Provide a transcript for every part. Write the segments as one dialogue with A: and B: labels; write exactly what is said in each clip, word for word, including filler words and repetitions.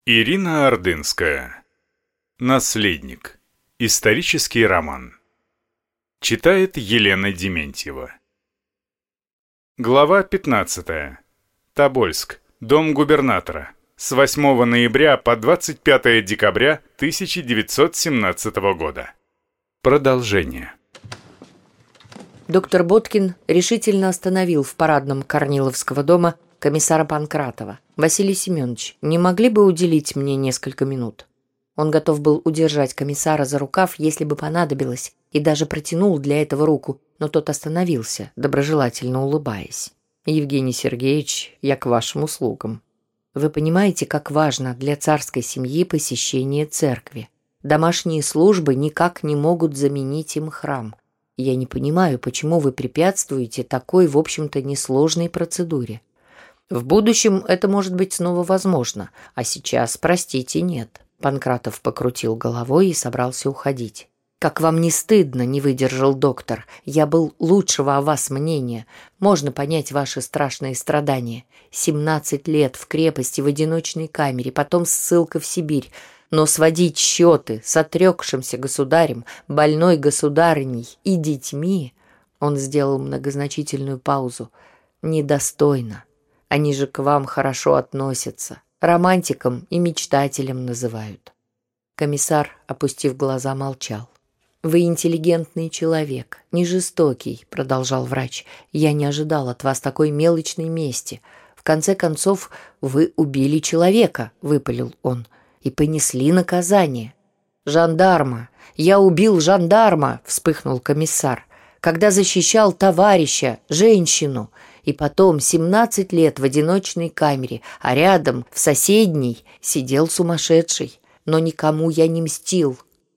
A: Ирина Ордынская. Наследник. Исторический роман. Читает Елена Дементьева. Глава пятнадцатая. Тобольск. Дом губернатора. С восьмого ноября по двадцать пятое декабря тысяча девятьсот семнадцатого года. Продолжение.
B: Доктор Боткин решительно остановил в парадном Корниловского дома комиссара Панкратова. «Василий Семенович, не могли бы уделить мне несколько минут?» Он готов был удержать комиссара за рукав, если бы понадобилось, и даже протянул для этого руку, но тот остановился, доброжелательно улыбаясь. «Евгений Сергеевич, я к вашим услугам. Вы понимаете, как важно для царской семьи посещение церкви. Домашние службы никак не могут заменить им храм. Я не понимаю, почему вы препятствуете такой, в общем-то, несложной процедуре. В будущем это может быть снова возможно, а сейчас, простите, нет». Панкратов покрутил головой и собрался уходить. «Как вам не стыдно?» — не выдержал доктор. «Я был лучшего о вас мнения. Можно понять ваши страшные страдания. Семнадцать лет в крепости в одиночной камере, потом ссылка в Сибирь. Но сводить счеты с отрекшимся государем, больной государыней и детьми...» Он сделал многозначительную паузу. «Недостойно. Они же к вам хорошо относятся. Романтиком и мечтателем называют». Комиссар, опустив глаза, молчал. «Вы интеллигентный человек, не жестокий», — продолжал врач. «Я не ожидал от вас такой мелочной мести. В конце концов, вы убили человека», — выпалил он, — «и понесли наказание». «Жандарма! Я убил жандарма!» — вспыхнул комиссар. «Когда защищал товарища, женщину. И потом семнадцать лет в одиночной камере, а рядом, в соседней, сидел сумасшедший. Но никому я не мстил».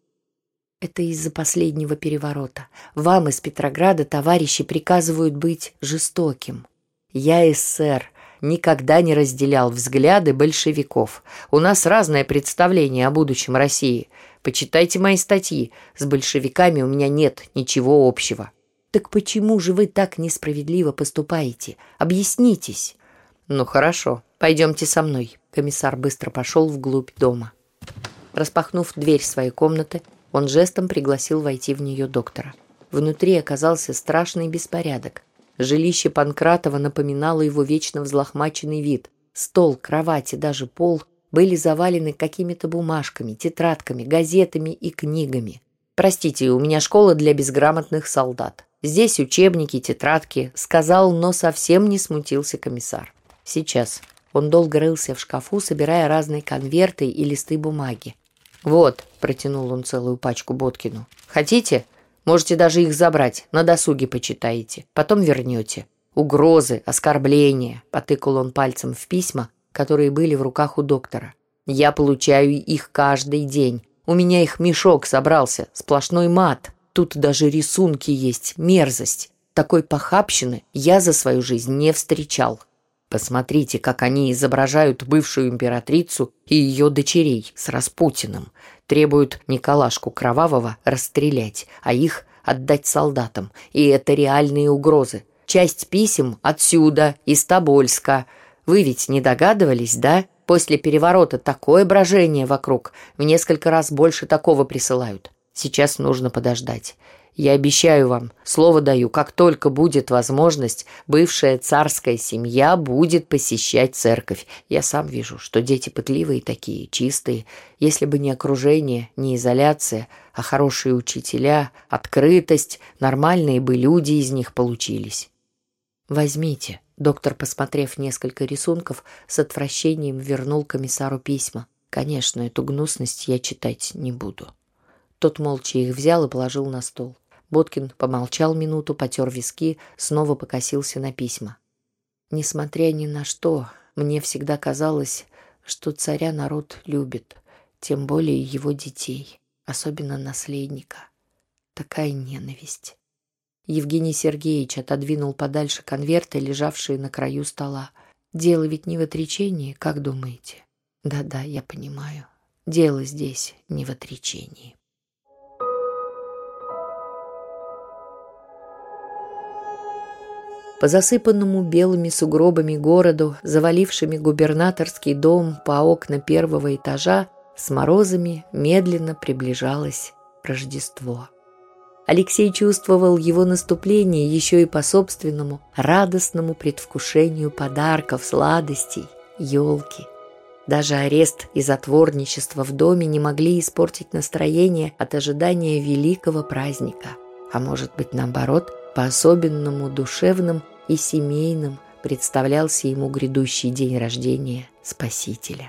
B: «Это из-за последнего переворота. Вам из Петрограда товарищи приказывают быть жестоким. Я эсер, никогда не разделял взгляды большевиков. У нас разное представление о будущем России. Почитайте мои статьи. С большевиками у меня нет ничего общего». «Так почему же вы так несправедливо поступаете? Объяснитесь». «Ну хорошо, пойдемте со мной». Комиссар быстро пошел вглубь дома. Распахнув дверь своей комнаты, он жестом пригласил войти в нее доктора. Внутри оказался страшный беспорядок. Жилище Панкратова напоминало его вечно взлохмаченный вид. Стол, кровать и даже пол были завалены какими-то бумажками, тетрадками, газетами и книгами. «Простите, у меня школа для безграмотных солдат. Здесь учебники, тетрадки», — сказал, но совсем не смутился комиссар. «Сейчас». Он долго рылся в шкафу, собирая разные конверты и листы бумаги. «Вот», — протянул он целую пачку Боткину. «Хотите? Можете даже их забрать, на досуге почитаете. Потом вернете. Угрозы, оскорбления», — потыкал он пальцем в письма, которые были в руках у доктора. «Я получаю их каждый день. У меня их мешок собрался, сплошной мат. Тут даже рисунки есть, мерзость. Такой похабщины я за свою жизнь не встречал. Посмотрите, как они изображают бывшую императрицу и ее дочерей с Распутиным. Требуют Николашку Кровавого расстрелять, а их отдать солдатам. И это реальные угрозы. Часть писем отсюда, из Тобольска. Вы ведь не догадывались, да? После переворота такое брожение вокруг. В несколько раз больше такого присылают. Сейчас нужно подождать. Я обещаю вам, слово даю, как только будет возможность, бывшая царская семья будет посещать церковь. Я сам вижу, что дети пытливые такие, чистые. Если бы не окружение, не изоляция, а хорошие учителя, открытость, нормальные бы люди из них получились». «Возьмите». Доктор, посмотрев несколько рисунков, с отвращением вернул комиссару письма. «Конечно, эту гнусность я читать не буду». Тот молча их взял и положил на стол. Боткин помолчал минуту, потер виски, снова покосился на письма. «Несмотря ни на что, мне всегда казалось, что царя народ любит, тем более его детей, особенно наследника. Такая ненависть». Евгений Сергеевич отодвинул подальше конверты, лежавшие на краю стола. «Дело ведь не в отречении, как думаете?» «Да-да, я понимаю. Дело здесь не в отречении». По засыпанному белыми сугробами городу, завалившими губернаторский дом по окна первого этажа, с морозами медленно приближалось Рождество. Алексей чувствовал его наступление еще и по собственному радостному предвкушению подарков, сладостей, елки. Даже арест и затворничество в доме не могли испортить настроение от ожидания великого праздника. А может быть, наоборот, по-особенному душевным и семейным представлялся ему грядущий день рождения Спасителя.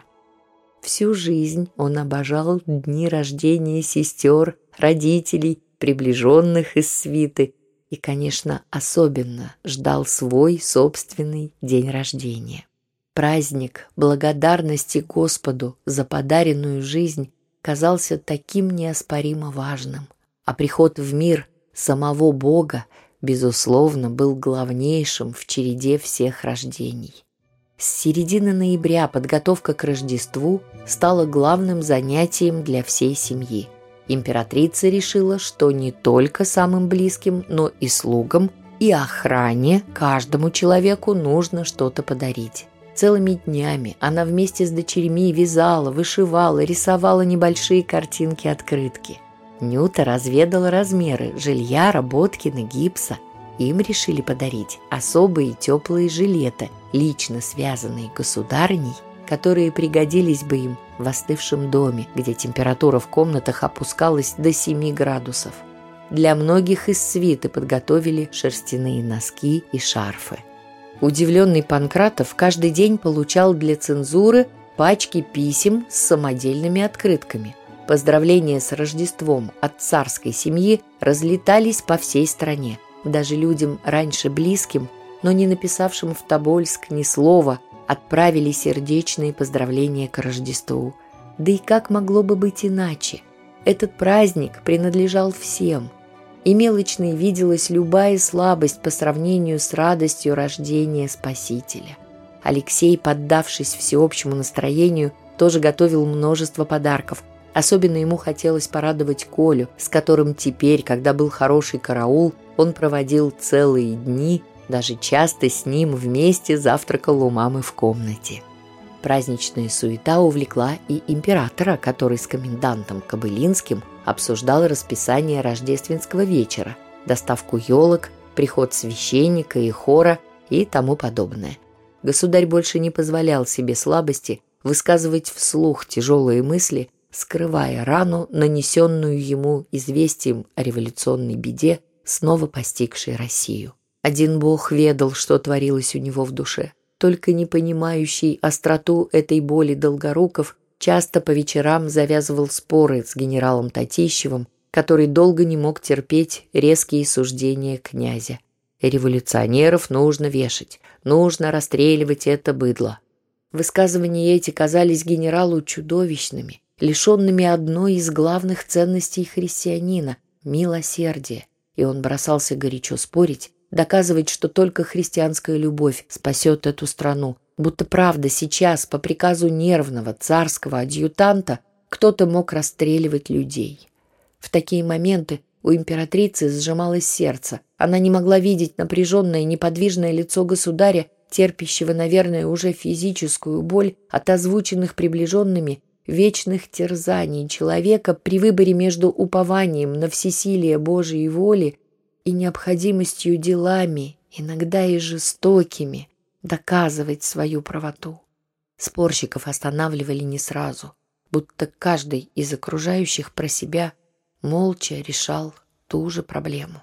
B: Всю жизнь он обожал дни рождения сестер, родителей, приближенных из свиты и, конечно, особенно ждал свой собственный день рождения. Праздник благодарности Господу за подаренную жизнь казался таким неоспоримо важным, а приход в мир самого Бога, безусловно, был главнейшим в череде всех рождений. С середины ноября подготовка к Рождеству стала главным занятием для всей семьи. Императрица решила, что не только самым близким, но и слугам, и охране каждому человеку нужно что-то подарить. Целыми днями она вместе с дочерьми вязала, вышивала, рисовала небольшие картинки-открытки. Нюта разведала размеры жилья Работкина, гипса. Им решили подарить особые теплые жилеты, лично связанные государыней, которые пригодились бы им в остывшем доме, где температура в комнатах опускалась до семи градусов. Для многих из свиты подготовили шерстяные носки и шарфы. Удивленный Панкратов каждый день получал для цензуры пачки писем с самодельными открытками. Поздравления с Рождеством от царской семьи разлетались по всей стране. Даже людям раньше близким, но не написавшим в Тобольск ни слова, отправили сердечные поздравления к Рождеству. Да и как могло бы быть иначе? Этот праздник принадлежал всем, и мелочной виделась любая слабость по сравнению с радостью рождения Спасителя. Алексей, поддавшись всеобщему настроению, тоже готовил множество подарков. Особенно ему хотелось порадовать Колю, с которым теперь, когда был хороший караул, он проводил целые дни, даже часто с ним вместе завтракал у мамы в комнате. Праздничная суета увлекла и императора, который с комендантом Кобылинским обсуждал расписание рождественского вечера, доставку елок, приход священника и хора и тому подобное. Государь больше не позволял себе слабости высказывать вслух тяжелые мысли, скрывая рану, нанесенную ему известием о революционной беде, снова постигшей Россию. Один Бог ведал, что творилось у него в душе. Только не понимающий остроту этой боли Долгоруков часто по вечерам завязывал споры с генералом Татищевым, который долго не мог терпеть резкие суждения князя. Революционеров нужно вешать, нужно расстреливать это быдло. Высказывания эти казались генералу чудовищными, лишенными одной из главных ценностей христианина – милосердия, и он бросался горячо спорить, доказывать, что только христианская любовь спасет эту страну, будто правда сейчас по приказу нервного царского адъютанта кто-то мог расстреливать людей. В такие моменты у императрицы сжималось сердце. Она не могла видеть напряженное неподвижное лицо государя, терпящего, наверное, уже физическую боль от озвученных приближенными вечных терзаний человека при выборе между упованием на всесилие Божьей воли и необходимостью делами, иногда и жестокими, доказывать свою правоту. Спорщиков останавливали не сразу, будто каждый из окружающих про себя молча решал ту же проблему.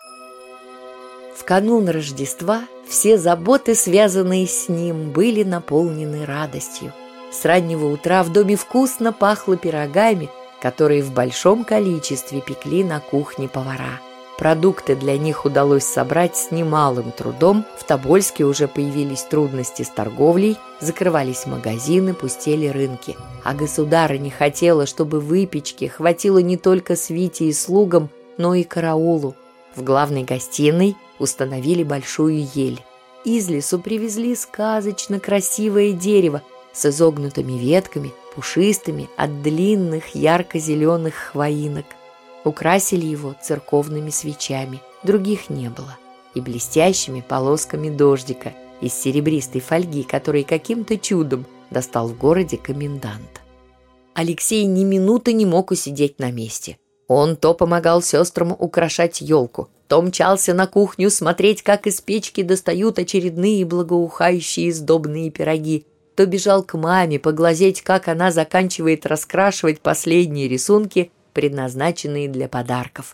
B: В канун Рождества все заботы, связанные с ним, были наполнены радостью. С раннего утра в доме вкусно пахло пирогами, которые в большом количестве пекли на кухне повара. Продукты для них удалось собрать с немалым трудом. В Тобольске уже появились трудности с торговлей, закрывались магазины, пустели рынки. А государыня хотела, чтобы выпечки хватило не только свите и слугам, но и караулу. В главной гостиной установили большую ель. Из лесу привезли сказочно красивое дерево с изогнутыми ветками, пушистыми от длинных ярко-зеленых хвоинок. Украсили его церковными свечами, других не было. и блестящими полосками дождика из серебристой фольги, который каким-то чудом достал в городе комендант. Алексей ни минуты не мог усидеть на месте. Он то помогал сестрам украшать елку, то мчался на кухню смотреть, как из печки достают очередные благоухающие сдобные пироги, то бежал к маме поглазеть, как она заканчивает раскрашивать последние рисунки, предназначенные для подарков.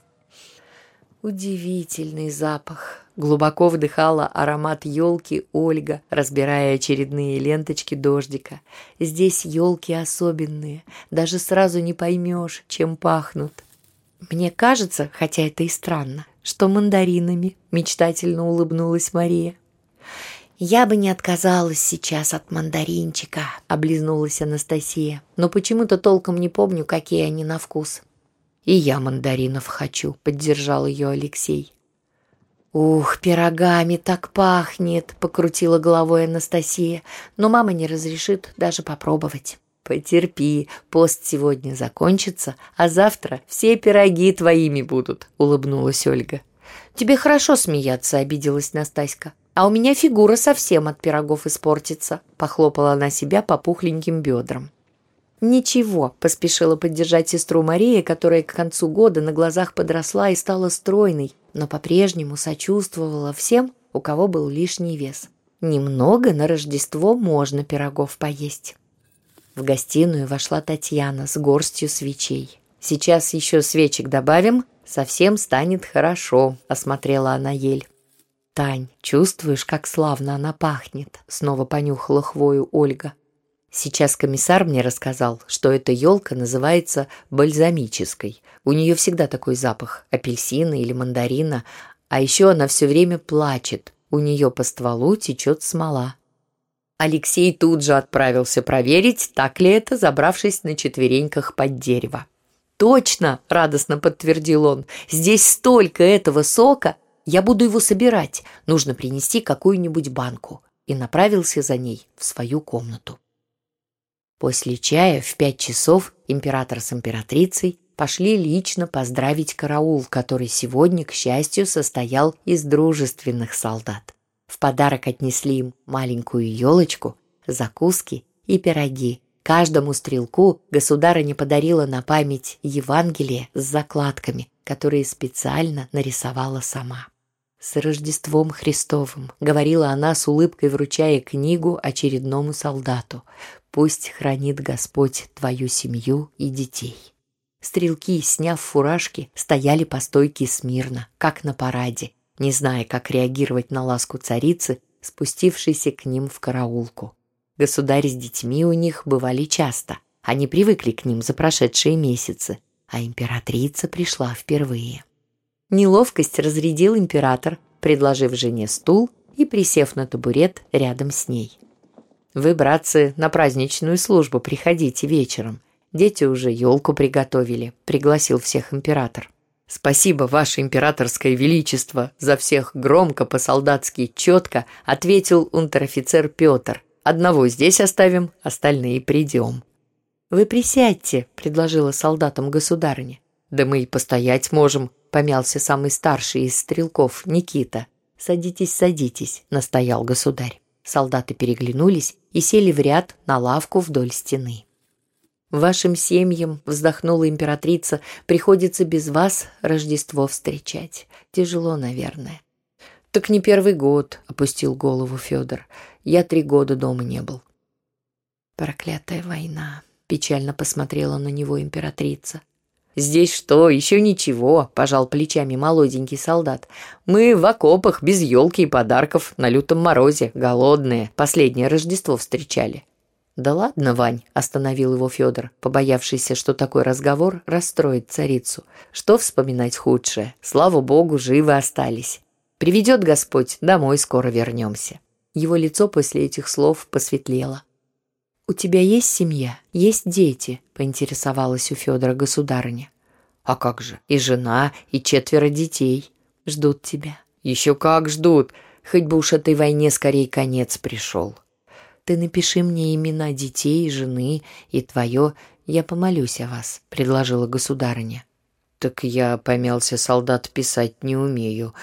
B: Удивительный запах. Глубоко вдыхала аромат елки Ольга, разбирая очередные ленточки дождика. Здесь елки особенные, даже сразу не поймешь, чем пахнут. Мне кажется, хотя это и странно, что мандаринами, мечтательно улыбнулась Мария. «Я бы не отказалась сейчас от мандаринчика», — облизнулась Анастасия. «Но почему-то толком не помню, какие они на вкус». «И я мандаринов хочу», — поддержал ее Алексей. «Ух, пирогами так пахнет», — покрутила головой Анастасия. «Но мама не разрешит даже попробовать». «Потерпи, пост сегодня закончится, а завтра все пироги твоими будут», — улыбнулась Ольга. «Тебе хорошо смеяться», — обиделась Настаська. «А у меня фигура совсем от пирогов испортится», — похлопала она себя по пухленьким бедрам. «Ничего», — поспешила поддержать сестру Мария, которая к концу года на глазах подросла и стала стройной, но по-прежнему сочувствовала всем, у кого был лишний вес. «Немного на Рождество можно пирогов поесть». В гостиную вошла Татьяна с горстью свечей. «Сейчас еще свечек добавим, совсем станет хорошо», — осмотрела она ель. «Тань, чувствуешь, как славно она пахнет?» — снова понюхала хвою Ольга. «Сейчас комиссар мне рассказал, что эта елка называется бальзамической. У нее всегда такой запах — апельсина или мандарина, а еще она все время плачет, у нее по стволу течет смола». Алексей тут же отправился проверить, так ли это, забравшись на четвереньках под дерево. «Точно!» — радостно подтвердил он. «Здесь столько этого сока! Я буду его собирать. Нужно принести какую-нибудь банку». И направился за ней в свою комнату. После чая в пять часов император с императрицей пошли лично поздравить караул, который сегодня, к счастью, состоял из дружественных солдат. В подарок отнесли им маленькую елочку, закуски и пироги. Каждому стрелку государыня подарила на память Евангелие с закладками, которые специально нарисовала сама. «С Рождеством Христовым», — говорила она с улыбкой, вручая книгу очередному солдату. «Пусть хранит Господь твою семью и детей». Стрелки, сняв фуражки, стояли по стойке смирно, как на параде, не зная, как реагировать на ласку царицы, спустившейся к ним в караулку. Государь с детьми у них бывали часто, они привыкли к ним за прошедшие месяцы, а императрица пришла впервые. Неловкость разрядил император, предложив жене стул и присев на табурет рядом с ней. «Вы, братцы, на праздничную службу приходите вечером. Дети уже елку приготовили», — пригласил всех император. «Спасибо, ваше императорское величество!» За всех громко, по-солдатски четко ответил унтер-офицер Петр. «Одного здесь оставим, остальные придем». «Вы присядьте», — предложила солдатам государыня. «Да мы и постоять можем», — помялся самый старший из стрелков, Никита. «Садитесь, садитесь», — настоял государь. Солдаты переглянулись и сели в ряд на лавку вдоль стены. «Вашим семьям, — вздохнула императрица, — приходится без вас Рождество встречать. Тяжело, наверное». «Так не первый год», — опустил голову Федор. «Я три года дома не был». «Проклятая война», — печально посмотрела на него императрица. «Здесь что, еще ничего», — пожал плечами молоденький солдат. «Мы в окопах, без елки и подарков, на лютом морозе, голодные, последнее Рождество встречали». «Да ладно, Вань», — остановил его Федор, побоявшийся, что такой разговор расстроит царицу. «Что вспоминать худшее? Слава богу, живы остались. Приведет Господь, домой скоро вернемся». Его лицо после этих слов посветлело. «У тебя есть семья? Есть дети?» — поинтересовалась у Федора государыня. «А как же? И жена, и четверо детей. Ждут тебя». «Еще как ждут. Хоть бы уж этой войне скорее конец пришел». «Ты напиши мне имена детей, жены и твое, я помолюсь о вас», — предложила государыня. «Так я, — помялся солдат, — писать не умею.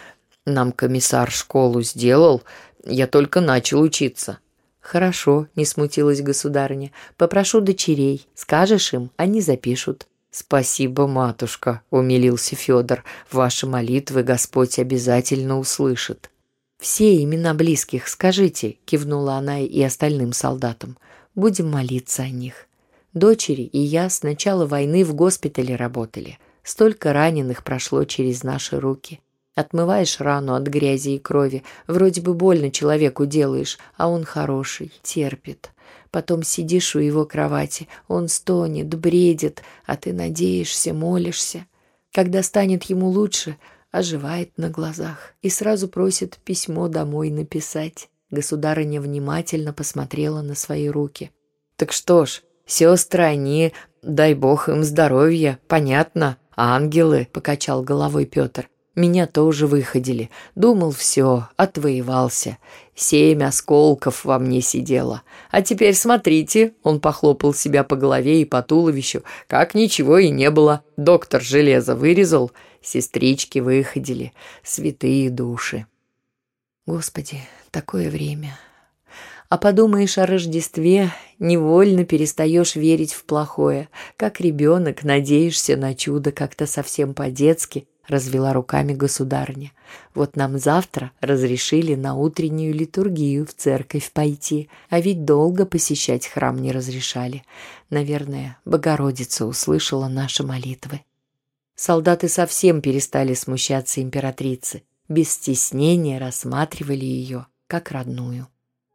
B: Нам комиссар школу сделал, я только начал учиться». «Хорошо», — не смутилась государыня. «Попрошу дочерей. Скажешь им, они запишут». «Спасибо, матушка», — умилился Федор. «Ваши молитвы Господь обязательно услышит». «Все имена близких скажите», — кивнула она и остальным солдатам. «Будем молиться о них. Дочери и я с начала войны в госпитале работали. Столько раненых прошло через наши руки. Отмываешь рану от грязи и крови, вроде бы больно человеку делаешь, а он хороший, терпит. Потом сидишь у его кровати, он стонет, бредит, а ты надеешься, молишься. Когда станет ему лучше, оживает на глазах и сразу просит письмо домой написать». Государыня внимательно посмотрела на свои руки. «Так что ж, сестры они, дай бог им здоровья, понятно, ангелы», — покачал головой Петр. «Меня тоже выходили. Думал, все, отвоевался. Семь осколков во мне сидело. А теперь смотрите», — он похлопал себя по голове и по туловищу, «как ничего и не было. Доктор железо вырезал, сестрички выходили, святые души». Господи, такое время. А подумаешь о Рождестве, невольно перестаешь верить в плохое. Как ребенок надеешься на чудо, как-то совсем по-детски, развела руками государыня. Вот нам завтра разрешили на утреннюю литургию в церковь пойти, а ведь долго посещать храм не разрешали. Наверное, Богородица услышала наши молитвы. Солдаты совсем перестали смущаться императрицы, без стеснения рассматривали ее как родную.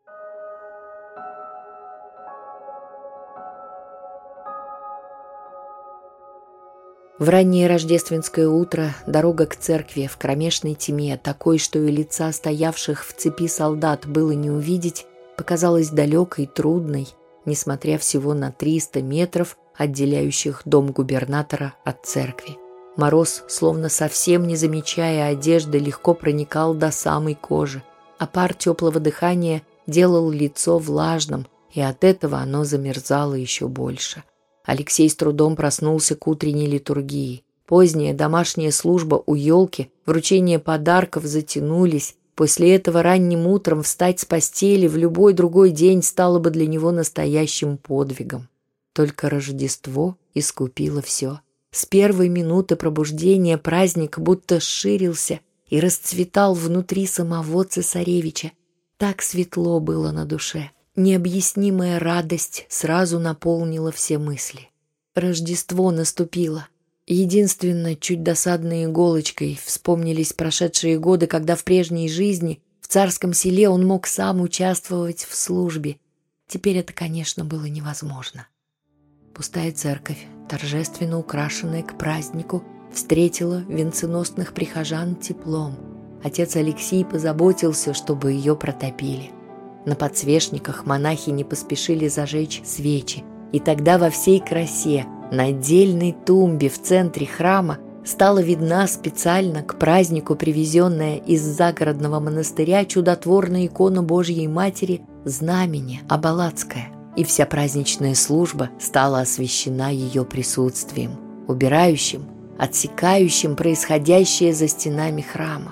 B: В раннее рождественское утро дорога к церкви в кромешной тьме, такой, что и лица стоявших в цепи солдат было не увидеть, показалась далекой, трудной, несмотря всего на триста метров, отделяющих дом губернатора от церкви. Мороз, словно совсем не замечая одежды, легко проникал до самой кожи, а пар теплого дыхания делал лицо влажным, и от этого оно замерзало еще больше. Алексей с трудом проснулся к утренней литургии. Поздняя домашняя служба у елки, вручение подарков затянулись. После этого ранним утром встать с постели в любой другой день стало бы для него настоящим подвигом. Только Рождество искупило все. С первой минуты пробуждения праздник будто ширился и расцветал внутри самого цесаревича. Так светло было на душе. Необъяснимая радость сразу наполнила все мысли. Рождество наступило. Единственно, чуть досадной иголочкой вспомнились прошедшие годы, когда в прежней жизни в царском селе он мог сам участвовать в службе. Теперь это, конечно, было невозможно. Пустая церковь, торжественно украшенная к празднику, встретила венценосных прихожан теплом. Отец Алексий позаботился, чтобы ее протопили. На подсвечниках монахи не поспешили зажечь свечи, и тогда во всей красе на отдельной тумбе в центре храма стала видна специально к празднику привезенная из загородного монастыря чудотворная икона Божьей Матери Знамени Абалацкая, и вся праздничная служба стала освящена ее присутствием, убирающим, отсекающим происходящее за стенами храма.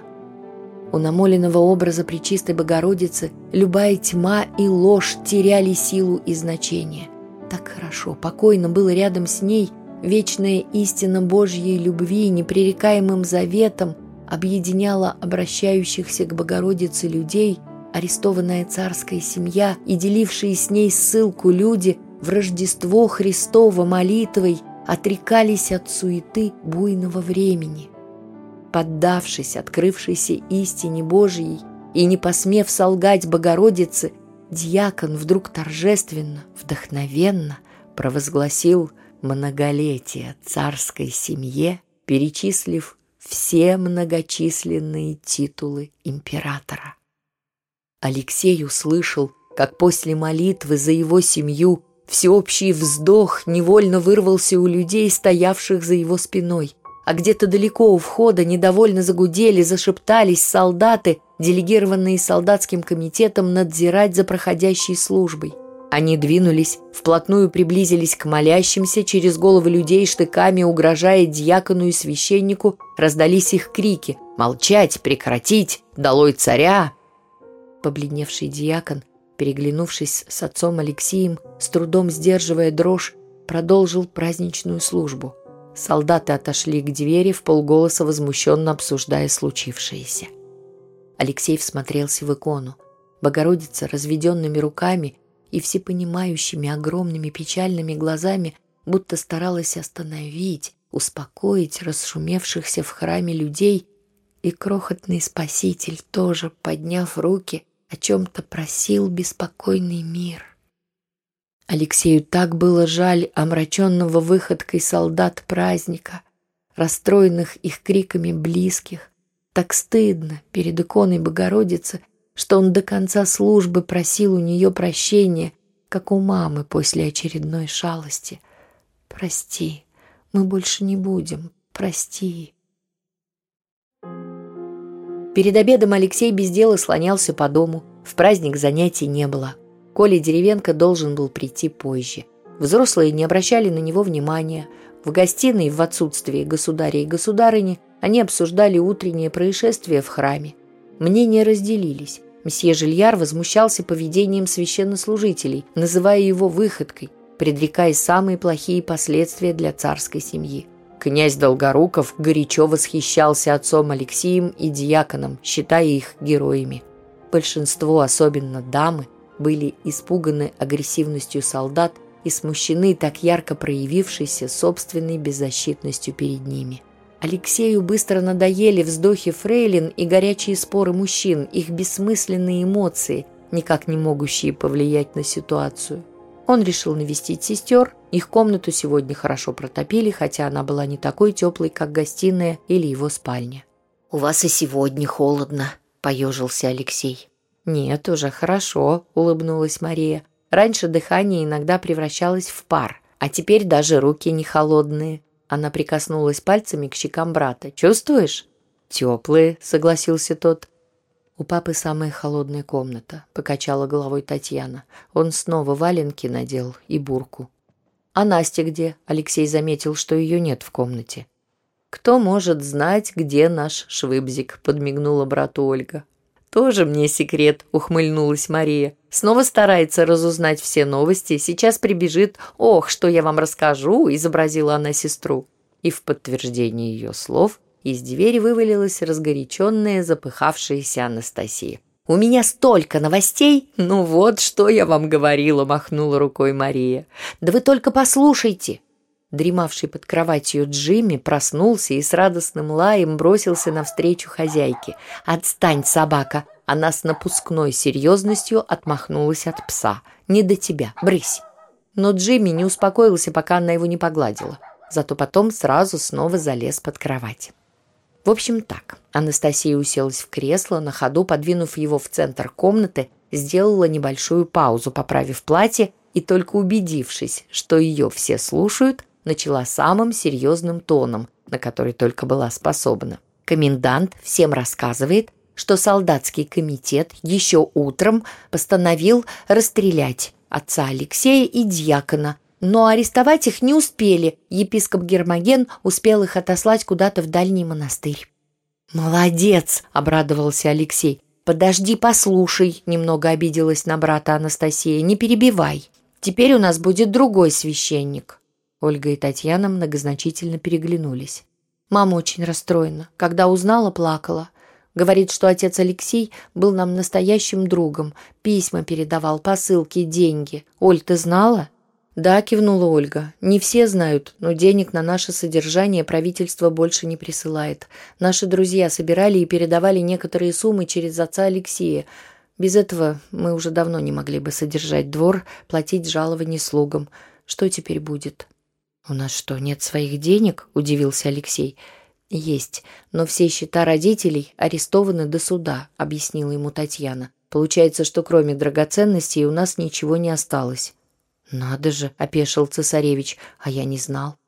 B: У намоленного образа Пречистой Богородицы любая тьма и ложь теряли силу и значение. Так хорошо, покойно было рядом с ней вечная истина Божьей любви непререкаемым заветом объединяла обращающихся к Богородице людей, арестованная царская семья и делившие с ней ссылку люди в Рождество Христово молитвой отрекались от суеты буйного времени. Поддавшись открывшейся истине Божьей и не посмев солгать Богородице, дьякон вдруг торжественно, вдохновенно провозгласил многолетие царской семье, перечислив все многочисленные титулы императора. Алексей услышал, как после молитвы за его семью всеобщий вздох невольно вырвался у людей, стоявших за его спиной. А где-то далеко у входа недовольно загудели, зашептались солдаты, делегированные солдатским комитетом надзирать за проходящей службой. Они двинулись, вплотную приблизились к молящимся, через головы людей штыками угрожая дьякону и священнику, раздались их крики: «Молчать! Прекратить! Долой царя!» Побледневший дьякон, переглянувшись с отцом Алексеем, с трудом сдерживая дрожь, продолжил праздничную службу. Солдаты отошли к двери, вполголоса возмущенно обсуждая случившееся. Алексей всмотрелся в икону. Богородица разведенными руками и всепонимающими огромными печальными глазами будто старалась остановить, успокоить расшумевшихся в храме людей, и крохотный Спаситель тоже, подняв руки, о чем-то просил беспокойный мир. Алексею так было жаль омраченного выходкой солдат праздника, расстроенных их криками близких, так стыдно перед иконой Богородицы, что он до конца службы просил у нее прощения, как у мамы после очередной шалости. «Прости, мы больше не будем, прости». Перед обедом Алексей без дела слонялся по дому. В праздник занятий не было. Коля Деревенко должен был прийти позже. Взрослые не обращали на него внимания. В гостиной, в отсутствии государя и государыни, они обсуждали утреннее происшествие в храме. Мнения разделились. Мсье Жильяр возмущался поведением священнослужителей, называя его выходкой, предрекая самые плохие последствия для царской семьи. Князь Долгоруков горячо восхищался отцом Алексеем и дьяконом, считая их героями. Большинство, особенно дамы, были испуганы агрессивностью солдат и смущены так ярко проявившейся собственной беззащитностью перед ними. Алексею быстро надоели вздохи фрейлин и горячие споры мужчин, их бессмысленные эмоции, никак не могущие повлиять на ситуацию. Он решил навестить сестер. Их комнату сегодня хорошо протопили, хотя она была не такой теплой, как гостиная или его спальня. «У вас и сегодня холодно», — поежился Алексей. «Нет, уже хорошо», — улыбнулась Мария. «Раньше дыхание иногда превращалось в пар, а теперь даже руки не холодные». Она прикоснулась пальцами к щекам брата. «Чувствуешь?» «Теплые», — согласился тот. «У папы самая холодная комната», — покачала головой Татьяна. Он снова валенки надел и бурку. «А Настя где?» — Алексей заметил, что ее нет в комнате. «Кто может знать, где наш Швыбзик?» — подмигнула брату Ольга. «Тоже мне секрет», — ухмыльнулась Мария. «Снова старается разузнать все новости. Сейчас прибежит. Ох, что я вам расскажу», — изобразила она сестру. И в подтверждение ее слов из двери вывалилась разгоряченная, запыхавшаяся Анастасия. «У меня столько новостей! Ну вот, что я вам говорила», — махнула рукой Мария. «Да вы только послушайте!» Дремавший под кроватью Джимми проснулся и с радостным лаем бросился навстречу хозяйке. «Отстань, собака!» Она с напускной серьезностью отмахнулась от пса. «Не до тебя, брысь!» Но Джимми не успокоился, пока она его не погладила. Зато потом сразу снова залез под кровать. В общем, так. Анастасия уселась в кресло, на ходу подвинув его в центр комнаты, сделала небольшую паузу, поправив платье, и только убедившись, что ее все слушают, начала самым серьезным тоном, на который только была способна. Комендант всем рассказывает, что солдатский комитет еще утром постановил расстрелять отца Алексея и дьякона, но арестовать их не успели. Епископ Гермоген успел их отослать куда-то в дальний монастырь. «Молодец!» — обрадовался Алексей. «Подожди, послушай!» — немного обиделась на брата Анастасия. «Не перебивай. Теперь у нас будет другой священник». Ольга и Татьяна многозначительно переглянулись. Мама очень расстроена. Когда узнала, плакала. Говорит, что отец Алексей был нам настоящим другом. Письма передавал, посылки, деньги. Оль, ты знала? «Да», — кивнула Ольга. «Не все знают, но денег на наше содержание правительство больше не присылает. Наши друзья собирали и передавали некоторые суммы через отца Алексея. Без этого мы уже давно не могли бы содержать двор, платить жалования слугам. Что теперь будет?» «У нас что, нет своих денег?» – удивился Алексей. «Есть, но все счета родителей арестованы до суда», – объяснила ему Татьяна. «Получается, что кроме драгоценностей у нас ничего не осталось». «Надо же», – опешил цесаревич, – «а я не знал».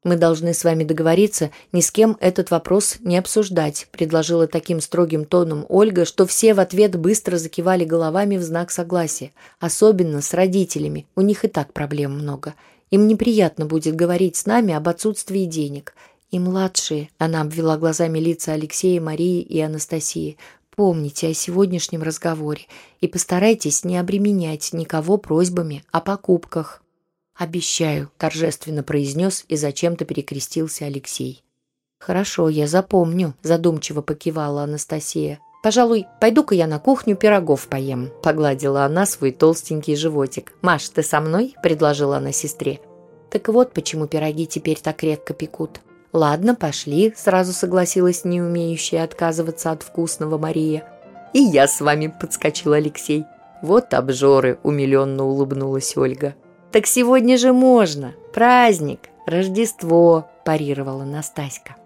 B: «Мы должны с вами договориться ни с кем этот вопрос не обсуждать», предложила таким строгим тоном Ольга, что все в ответ быстро закивали головами в знак согласия. Особенно с родителями, у них и так проблем много. Им неприятно будет говорить с нами об отсутствии денег. И младшие, она обвела глазами лица Алексея, Марии и Анастасии, помните о сегодняшнем разговоре и постарайтесь не обременять никого просьбами о покупках. «Обещаю», – торжественно произнес и зачем-то перекрестился Алексей. «Хорошо, я запомню», – задумчиво покивала Анастасия. «Пожалуй, пойду-ка я на кухню пирогов поем», – погладила она свой толстенький животик. «Маш, ты со мной?» – предложила она сестре. «Так вот, почему пироги теперь так редко пекут». «Ладно, пошли», – сразу согласилась не умеющая отказываться от вкусного Мария. «И я с вами», – подскочил Алексей. «Вот обжоры», – умиленно улыбнулась Ольга. «Так сегодня же можно! Праздник! Рождество!» – парировала Настаська.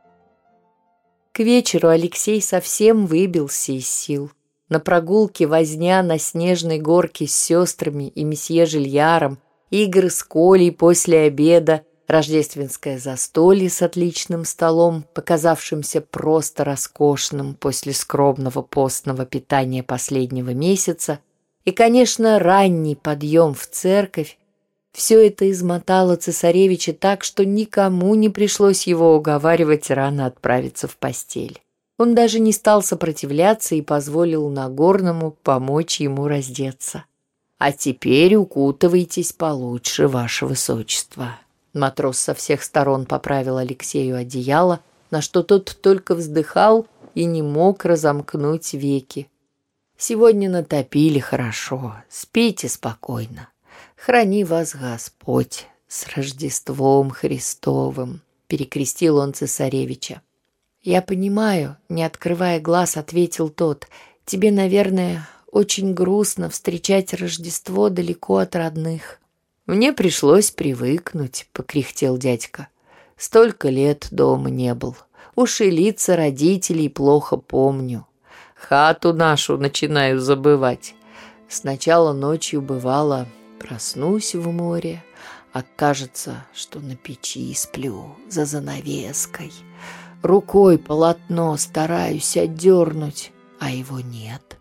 B: К вечеру Алексей совсем выбился из сил. На прогулке возня на снежной горке с сестрами и месье Жильяром, игры с Колей после обеда, рождественское застолье с отличным столом, показавшимся просто роскошным после скромного постного питания последнего месяца, и, конечно, ранний подъем в церковь. Все это измотало цесаревича так, что никому не пришлось его уговаривать рано отправиться в постель. Он даже не стал сопротивляться и позволил Нагорному помочь ему раздеться. «А теперь укутывайтесь получше, ваше высочество». Матрос со всех сторон поправил Алексею одеяло, на что тот только вздыхал и не мог разомкнуть веки. «Сегодня натопили хорошо, спите спокойно. Храни вас Господь с Рождеством Христовым», — перекрестил он цесаревича. «Я понимаю», — не открывая глаз, ответил тот, «тебе, наверное, очень грустно встречать Рождество далеко от родных». «Мне пришлось привыкнуть», — покряхтел дядька. «Столько лет дома не был. Уж и лица родителей плохо помню. Хату нашу начинаю забывать. Сначала ночью бывало, проснусь в море, а кажется, что на печи сплю за занавеской. Рукой полотно стараюсь отдернуть, а его нет».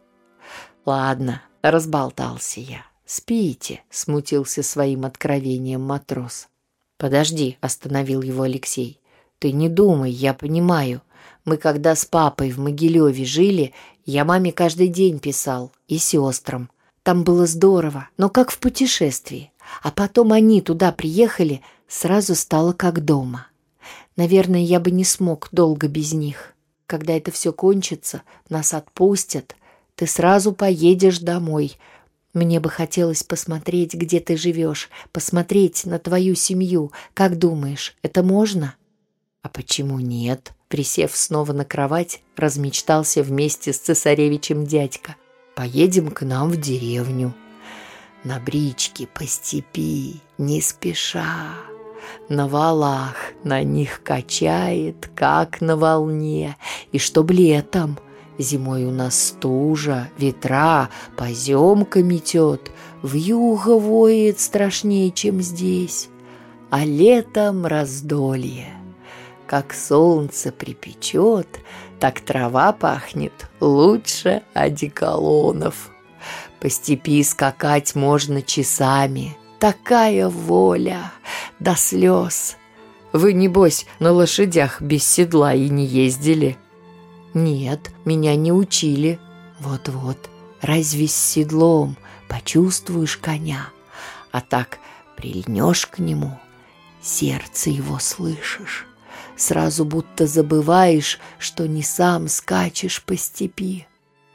B: «Ладно, разболтался я. Спите», — смутился своим откровением матрос. «Подожди», — остановил его Алексей. «Ты не думай, я понимаю. Мы когда с папой в Могилеве жили, я маме каждый день писал, и сестрам. Там было здорово, но как в путешествии. А потом они туда приехали, сразу стало как дома. Наверное, я бы не смог долго без них. Когда это все кончится, нас отпустят, ты сразу поедешь домой. Мне бы хотелось посмотреть, где ты живешь, посмотреть на твою семью. Как думаешь, это можно?» «А почему нет?» Присев снова на кровать, размечтался вместе с цесаревичем дядька. «Поедем к нам в деревню. На бричке по степи, не спеша. На валах на них качает, как на волне. И чтоб летом, зимой у нас стужа, ветра, поземка метет, вьюга воет страшнее, чем здесь. А летом раздолье. Как солнце припечет, так трава пахнет лучше одеколонов. По степи скакать можно часами. Такая воля до слез. Вы, небось, на лошадях без седла и не ездили?» «Нет, меня не учили». «Вот-вот, разве с седлом почувствуешь коня? А так прильнешь к нему, сердце его слышишь. Сразу будто забываешь, что не сам скачешь по степи».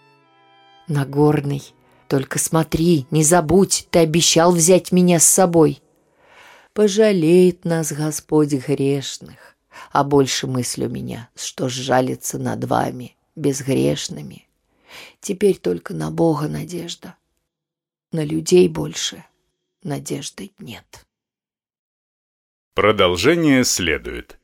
B: «Нагорный, только смотри, не забудь, ты обещал взять меня с собой». «Пожалеет нас Господь грешных, а больше мысль у меня, что сжалится над вами, безгрешными. Теперь только на Бога надежда, на людей больше надежды нет».
A: Продолжение следует.